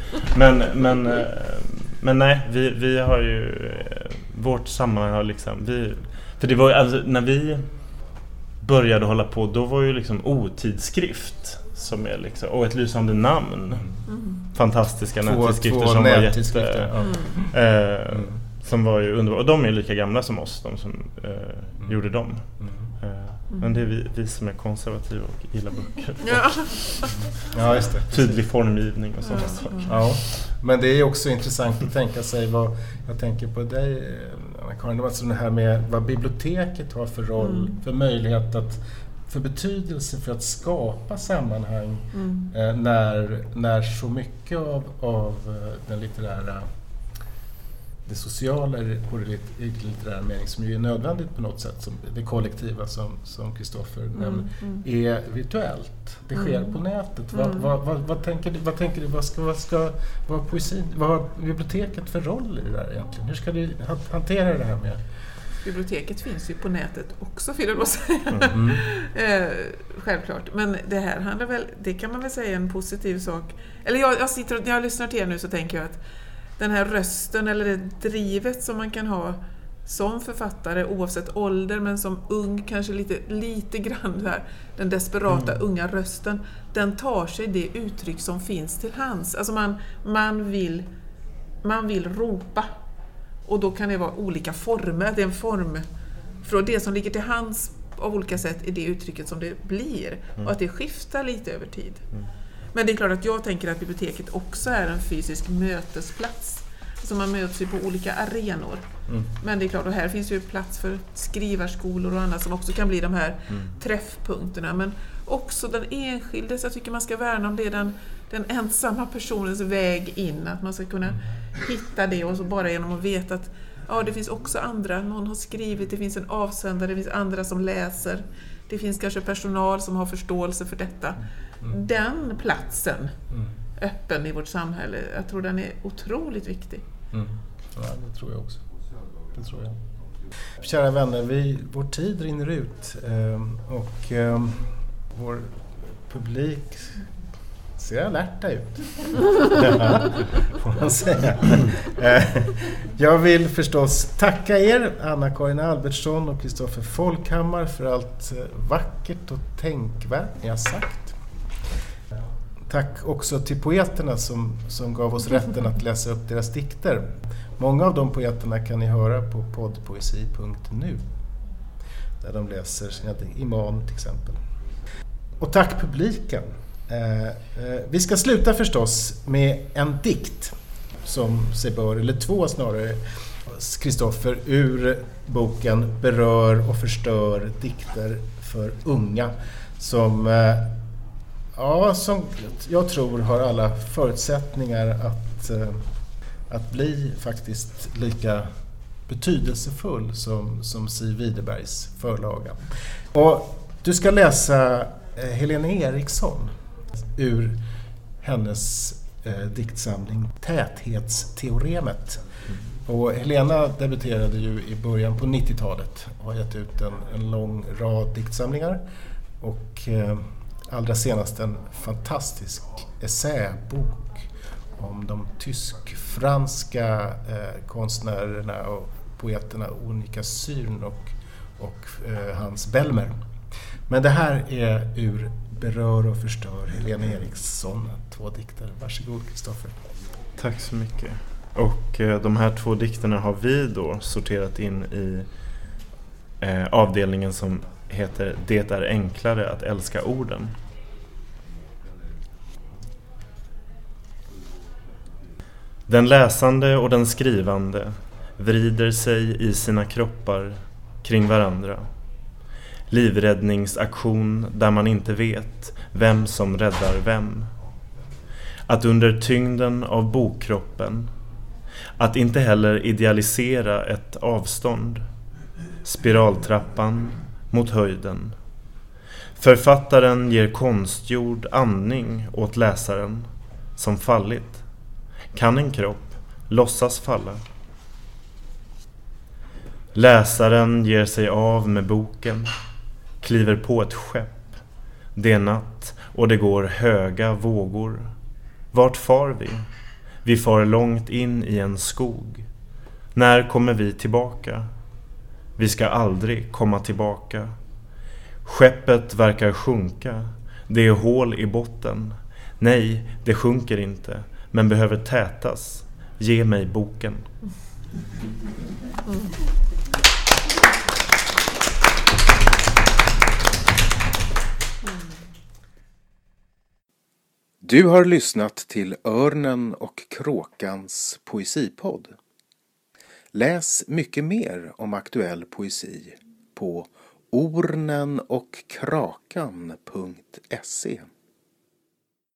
Men nej, vi har ju vårt sammanhang har liksom, för det var alltså när vi började hålla på, då var ju liksom otidskrift som är liksom, och ett lysande namn. Fantastiska nättidskrifter som var som var ju underbara. Och de är lika gamla som oss, de som gjorde dem. Men det är vi som är konservativa och gillar böcker. Ja, just det. Tydlig formgivning och sådana saker. Ja, men det är också intressant att tänka sig vad jag tänker på dig, Anna-Karin, alltså det här med vad biblioteket har för roll, för möjlighet för betydelse för att skapa sammanhang när så mycket av den litterära, det sociala och det litterära mening som ju är nödvändigt på något sätt, som det kollektiva som Kristoffer nämner, är virtuellt. Det sker på nätet. Vad tänker du, vad poesin, vad har biblioteket för roll i det där egentligen? Hur ska du hantera det här med? Biblioteket finns ju på nätet också, vill jag då säga. Självklart. Men det här handlar väl, det kan man väl säga är en positiv sak. Eller när jag lyssnar till er nu så tänker jag att den här rösten eller det drivet som man kan ha som författare oavsett ålder, men som ung kanske lite grann där, den desperata unga rösten, den tar sig det uttryck som finns till hands. Alltså man vill ropa, och då kan det vara olika former. Det är en form från det som ligger till hands av olika sätt i det uttrycket som det blir, och att det skiftar lite över tid. Men det är klart att jag tänker att biblioteket också är en fysisk mötesplats. Så man möts ju på olika arenor. Men det är klart, och här finns ju plats för skrivarskolor och annat som också kan bli de här träffpunkterna. Men också den enskilde, så jag tycker man ska värna om det, den ensamma personens väg in. Att man ska kunna hitta det, och så bara genom att veta att det finns också andra. Någon har skrivit, det finns en avsändare, det finns andra som läser. Det finns kanske personal som har förståelse för detta. Den platsen öppen i vårt samhälle, jag tror den är otroligt viktig. Ja, det tror jag också. Det tror jag. Kära vänner, vår tid rinner ut och vår publik ser alerta ut. Får man säga. Jag vill förstås tacka er, Anna-Karin Albertsson och Kristoffer Folkhammar, för allt vackert och tänkvärt ni har sagt. Tack också till poeterna som gav oss rätten att läsa upp deras dikter. Många av de poeterna kan ni höra på poddpoesi.nu, där de läser sina Iman till exempel. Och tack publiken. Vi ska sluta förstås med en dikt som sig bör, eller två snarare, Kristoffer, ur boken Berör och förstör, dikter för unga, som jag tror har alla förutsättningar att bli faktiskt lika betydelsefull som Siv Widerbergs förlaga. Och du ska läsa Helene Eriksson ur hennes diktsamling Täthetsteoremet. Och Helena debuterade ju i början på 90-talet och har gett ut en lång rad diktsamlingar, och allra senast en fantastisk essäbok om de tysk-franska konstnärerna och poeterna Onika Syrn och Hans Bellmer. Men det här är ur Berör och förstör, Helene Eriksson, 2 dikter. Varsågod Kristoffer. Tack så mycket. Och de här 2 dikterna har vi då sorterat in i avdelningen som heter Det är enklare att älska orden. Den läsande och den skrivande vrider sig i sina kroppar kring varandra. Livräddningsaktion där man inte vet vem som räddar vem. Att under tyngden av bokkroppen, att inte heller idealisera ett avstånd. Spiraltrappan mot höjden. Författaren ger konstgjord andning åt läsaren som fallit. Kan en kropp låtsas falla? Läsaren ger sig av med boken, kliver på ett skepp. Det är natt och det går höga vågor. Vart far vi? Vi far långt in i en skog. När kommer vi tillbaka? Vi ska aldrig komma tillbaka. Skeppet verkar sjunka. Det är hål i botten. Nej, det sjunker inte, men behöver tätas. Ge mig boken. Du har lyssnat till Örnen och kråkans poesipodd. Läs mycket mer om aktuell poesi på ornenochkrakan.se.